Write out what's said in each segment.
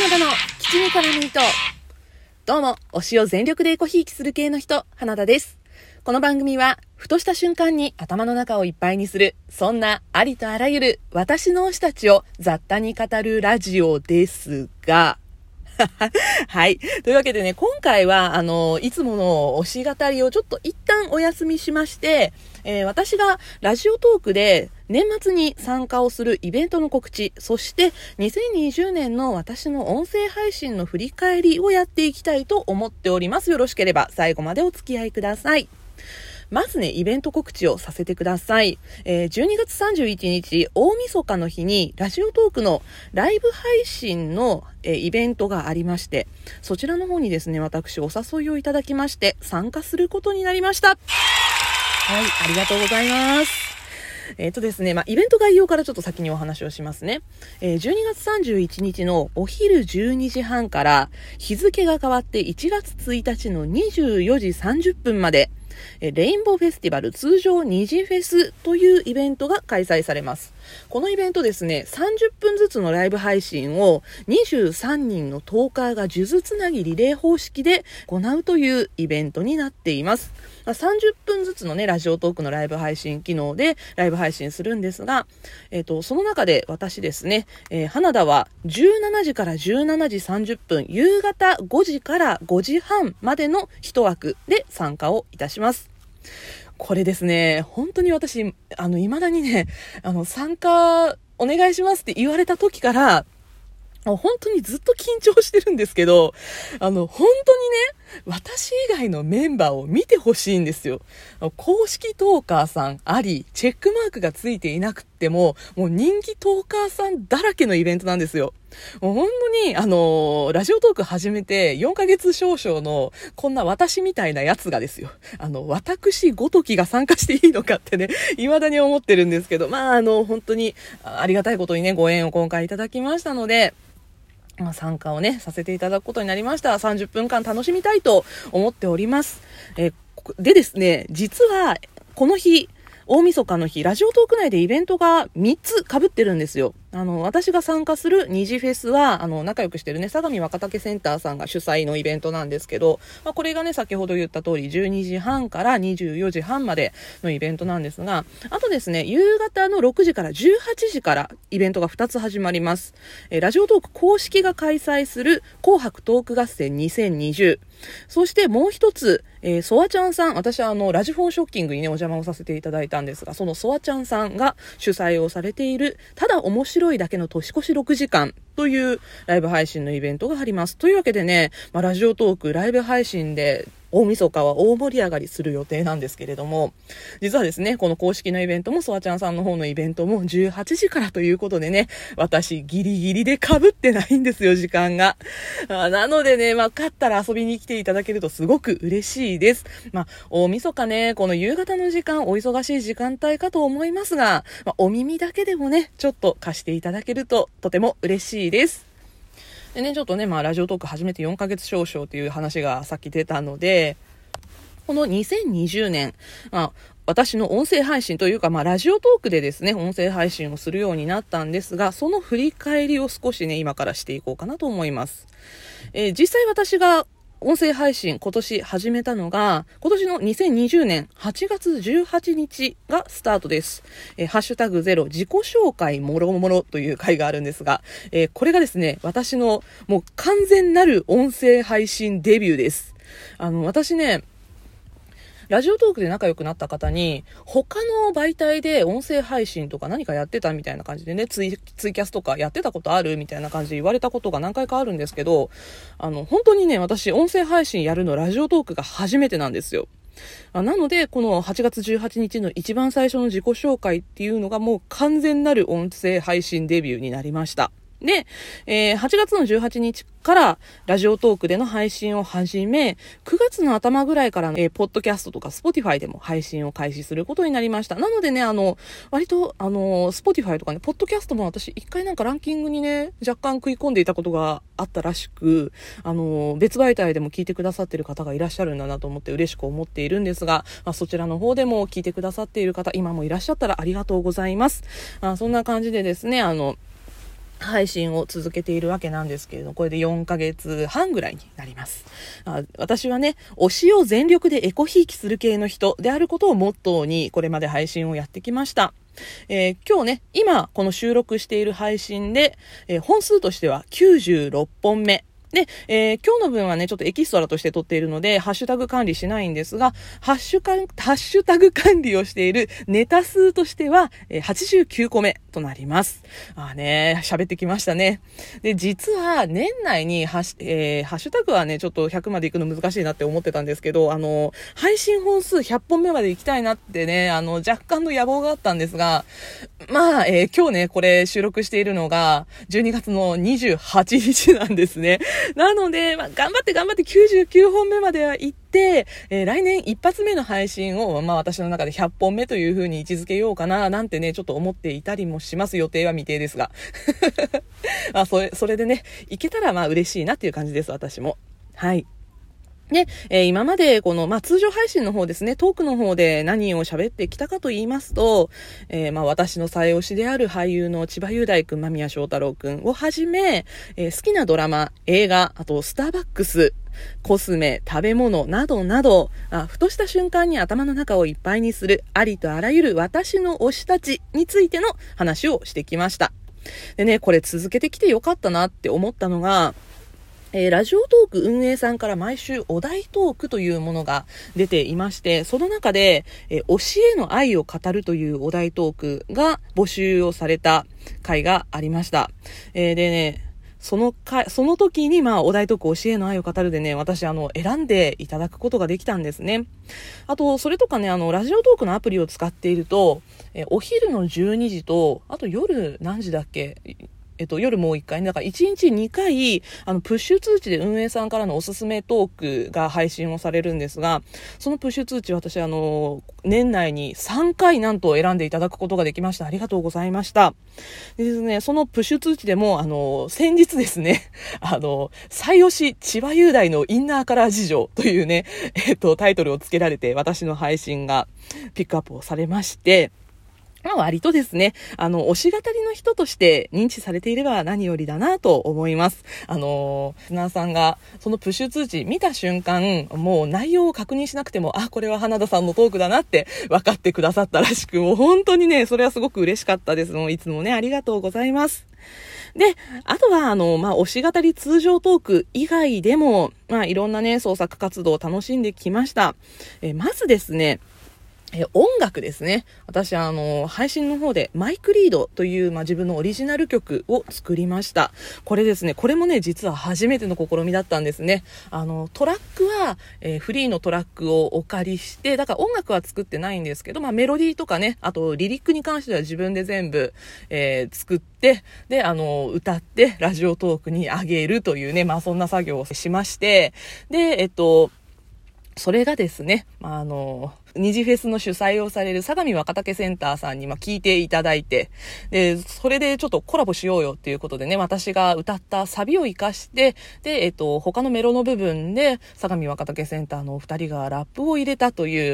田の聞きにからミート。どうも、推しを全力でエコひいきする系の人、花田です。この番組は、ふとした瞬間に頭の中をいっぱいにする、そんなありとあらゆる私の推したちを雑多に語るラジオですが、はい。というわけでね、今回は、いつもの推し語りをちょっと一旦お休みしまして、私がラジオトークで年末に参加をするイベントの告知、そして2020年の私の音声配信の振り返りをやっていきたいと思っております。よろしければ最後までお付き合いください。まずね、イベント告知をさせてください。12月31日、大晦日の日に、ラジオトークのライブ配信の、イベントがありまして、そちらの方にですね、私お誘いをいただきまして、参加することになりました。はい、ありがとうございます。ですね、イベント概要からちょっと先にお話をしますね。12月31日のお昼12時半から、日付が変わって1月1日の24時30分まで、レインボーフェスティバル通常2次フェスというイベントが開催されます。このイベントですね、30分ずつのライブ配信を23人のトーカーが数珠つなぎリレー方式で行うというイベントになっています。30分ずつのね、ラジオトークのライブ配信機能でライブ配信するんですが、その中で私ですね、花田は17時から17時30分、夕方5時から5時半までの一枠で参加をいたします。これですね、本当に私、未だにね、参加お願いしますって言われた時から、本当にずっと緊張してるんですけど、本当にね、私以外のメンバーを見てほしいんですよ。公式トーカーさんあり、チェックマークがついていなくっても、もう人気トーカーさんだらけのイベントなんですよ。もう本当に、ラジオトーク始めて4ヶ月少々の、こんな私みたいなやつがですよ。私ごときが参加していいのかってね、未だに思ってるんですけど、本当にありがたいことにね、ご縁を今回いただきましたので、参加をね、させていただくことになりました。30分間楽しみたいと思っております。でですね、実は、この日、大晦日の日、ラジオトーク内でイベントが3つ被ってるんですよ。私が参加する二次フェスは、仲良くしてるね、相模若竹センターさんが主催のイベントなんですけど、これがね、先ほど言った通り、12時半から24時半までのイベントなんですが、あとですね、夕方の6時から18時からイベントが2つ始まります。ラジオトーク公式が開催する紅白トーク合戦2020。そしてもう一つ、ソワちゃんさん、私はラジフォンショッキングにね、お邪魔をさせていただいたんですが、そのソワちゃんさんが主催をされている、ただ面白いだけの年越し6時間というライブ配信のイベントがあります。というわけでね、ラジオトークライブ配信で大晦日は大盛り上がりする予定なんですけれども、実はですね、この公式のイベントもソワちゃんさんの方のイベントも18時からということでね、私ギリギリで被ってないんですよ、時間が。なのでね、勝ったら遊びに来ていただけるとすごく嬉しいです。大晦日ね、この夕方の時間、お忙しい時間帯かと思いますが、お耳だけでもね、ちょっと貸していただけるととても嬉しいです。でね、ちょっとね、ラジオトーク始めて4ヶ月少々という話がさっき出たので、この2020年、私の音声配信というか、ラジオトークでですね、音声配信をするようになったんですが、その振り返りを少しね、今からしていこうかなと思います。実際私が音声配信今年始めたのが、今年の2020年8月18日がスタートです。ハッシュタグ0自己紹介もろもろという回があるんですが、これがですね、私のもう完全なる音声配信デビューです。私ね、ラジオトークで仲良くなった方に、他の媒体で音声配信とか何かやってたみたいな感じでね、ツイキャスとかやってたことあるみたいな感じで言われたことが何回かあるんですけど、本当にね、私音声配信やるのラジオトークが初めてなんですよ。なので、この8月18日の一番最初の自己紹介っていうのがもう完全なる音声配信デビューになりました。で、8月の18日からラジオトークでの配信を始め、9月の頭ぐらいから、ポッドキャストとか Spotify でも配信を開始することになりました。なのでね、割と、Spotify とかね、ポッドキャストも私一回ランキングにね、若干食い込んでいたことがあったらしく、別媒体でも聞いてくださっている方がいらっしゃるんだなと思って嬉しく思っているんですが、そちらの方でも聞いてくださっている方、今もいらっしゃったらありがとうございます。そんな感じでですね、 配信を続けているわけなんですけれど、これで4ヶ月半ぐらいになります。私はね、推しを全力でエコひいきする系の人であることをモットーに、これまで配信をやってきました。今日ね、今この収録している配信で、本数としては96本目。で、今日の分はね、ちょっとエキストラとして撮っているので、ハッシュタグ管理しないんですが、ハッシュタグ管理をしているネタ数としては、89個目となります。喋ってきましたね。で、実は年内にハッシュタグはね、ちょっと100まで行くの難しいなって思ってたんですけど、配信本数100本目まで行きたいなってね、若干の野望があったんですが、今日ね、これ収録しているのが、12月の28日なんですね。なので、頑張って99本目までは行って、来年一発目の配信を、私の中で100本目という風に位置づけようかな、なんてね、ちょっと思っていたりもします。予定は未定ですが。それでね、行けたら嬉しいなっていう感じです、私も。はい。で、今までこの、通常配信の方ですね、トークの方で何を喋ってきたかと言いますと、私の最推しである俳優の千葉雄大くん、間宮祥太朗くんをはじめ、好きなドラマ、映画、あとスターバックス、コスメ、食べ物などなど、ふとした瞬間に頭の中をいっぱいにするありとあらゆる私の推したちについての話をしてきました。でね、これ続けてきてよかったなって思ったのが、ラジオトーク運営さんから毎週お題トークというものが出ていまして、その中で、推しへの愛を語るというお題トークが募集をされた回がありました。でね、その時にお題トーク推しへの愛を語るでね、私選んでいただくことができたんですね。あと、それとかね、ラジオトークのアプリを使っていると、お昼の12時と、あと夜何時だっけ？夜もう1回ね、だから1日2回、プッシュ通知で運営さんからのおすすめトークが配信をされるんですが、そのプッシュ通知私年内に3回なんと選んでいただくことができました。ありがとうございました。でですね、そのプッシュ通知でも、先日ですね、最推し千葉雄大のインナーカラー事情というね、タイトルをつけられて私の配信がピックアップをされまして、割とですね、推し語りの人として認知されていれば何よりだなと思います。リスナーさんがそのプッシュ通知見た瞬間、もう内容を確認しなくても、これは花田さんのトークだなって分かってくださったらしく、もう本当にね、それはすごく嬉しかったです。もういつもね、ありがとうございます。で、あとは、推し語り通常トーク以外でも、いろんなね、創作活動を楽しんできました。まずですね、音楽ですね。私配信の方でマイクリードという、自分のオリジナル曲を作りました。これですね、これもね、実は初めての試みだったんですね。トラックは、フリーのトラックをお借りして、だから音楽は作ってないんですけど、メロディーとかね、あとリリックに関しては自分で全部、作って、で、歌って、ラジオトークに上げるというね、そんな作業をしまして、で、それがですね、二次フェスの主催をされる相模若竹センターさんに聞いていただいて、で、それでちょっとコラボしようよっていうことでね、私が歌ったサビを活かして、で、他のメロの部分で相模若竹センターのお二人がラップを入れたという、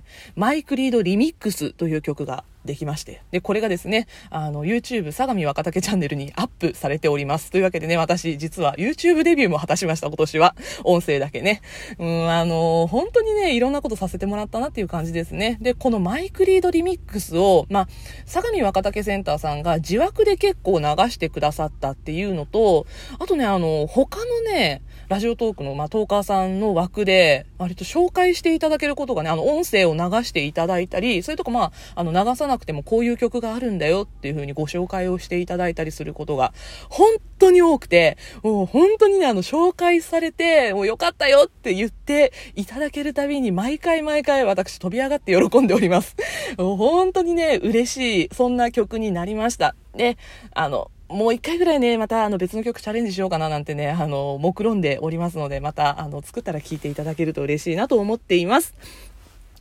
マイクリードリミックスという曲ができまして、で、これがですね、YouTube 相模若竹チャンネルにアップされております。というわけでね、私実は YouTube デビューも果たしました、今年は。音声だけね。本当にね、いろんなことさせてもらったなっていう感じですね。で、このマイクリードリミックスを、相模若竹センターさんが自枠で結構流してくださったっていうのと、あとね、他のね、ラジオトークの、トーカーさんの枠で、割と紹介していただけることがね、音声を流していただいたり、それとか流さなくてもこういう曲があるんだよっていう風にご紹介をしていただいたりすることが、本当に多くて、もう本当にね、紹介されて、もうよかったよって言っていただけるたびに、毎回私飛び上がって喜んでおります。もう本当にね、嬉しい、そんな曲になりました。で、もう一回ぐらいね、また別の曲チャレンジしようかななんてね、目論んでおりますので、また作ったら聴いていただけると嬉しいなと思っています。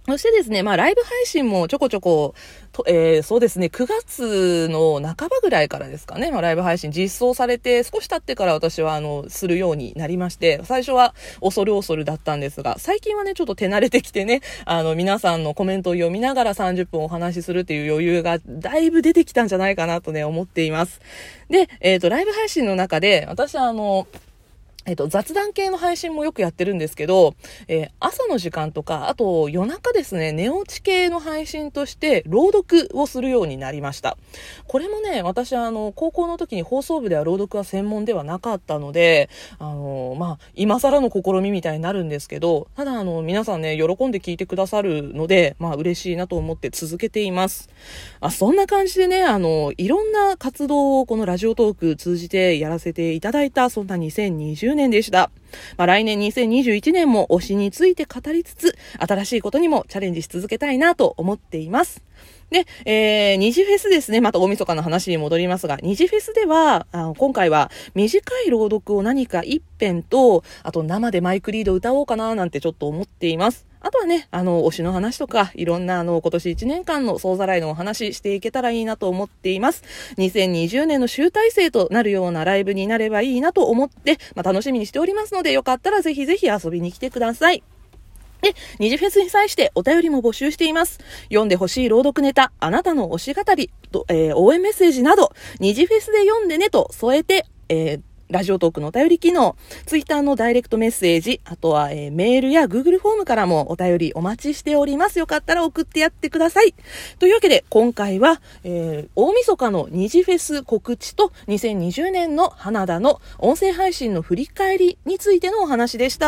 そしてですね、ライブ配信もちょこちょこ、そうですね、9月の半ばぐらいからですかね、ライブ配信実装されて、少し経ってから私は、するようになりまして、最初は恐るだったんですが、最近はね、ちょっと手慣れてきてね、皆さんのコメントを読みながら30分お話しするっていう余裕がだいぶ出てきたんじゃないかなとね、思っています。で、ライブ配信の中で、私は雑談系の配信もよくやってるんですけど、朝の時間とか、あと夜中ですね、寝落ち系の配信として朗読をするようになりました。これもね、私は高校の時に放送部では朗読は専門ではなかったので、今更の試みみたいになるんですけど、ただ皆さんね、喜んで聞いてくださるので、嬉しいなと思って続けています。そんな感じでね、いろんな活動をこのラジオトーク通じてやらせていただいた、そんな2020年でした。来年2021年も推しについて語りつつ、新しいことにもチャレンジし続けたいなと思っています。で、二次フェスですね。また大晦日の話に戻りますが、二次フェスでは、今回は短い朗読を何か一編と、あと生でマイクリード歌おうかななんてちょっと思っています。あとはね、推しの話とか、いろんな今年1年間の総ざらいのお話していけたらいいなと思っています。2020年の集大成となるようなライブになればいいなと思って、楽しみにしておりますので、よかったらぜひぜひ遊びに来てください。で、二次フェスに際してお便りも募集しています。読んでほしい朗読ネタ、あなたの推し語り、応援メッセージなど、二次フェスで読んでねと添えて、ラジオトークのお便り機能、ツイッターのダイレクトメッセージ、あとは、メールや Google フォームからもお便りお待ちしております。よかったら送ってやってください。というわけで、今回は、大晦日の二次フェス告知と2020年の花田の音声配信の振り返りについてのお話でした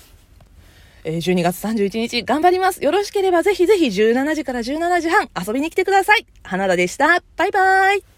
。12月31日頑張ります。よろしければぜひぜひ17時から17時半遊びに来てください。花田でした。バイバイ。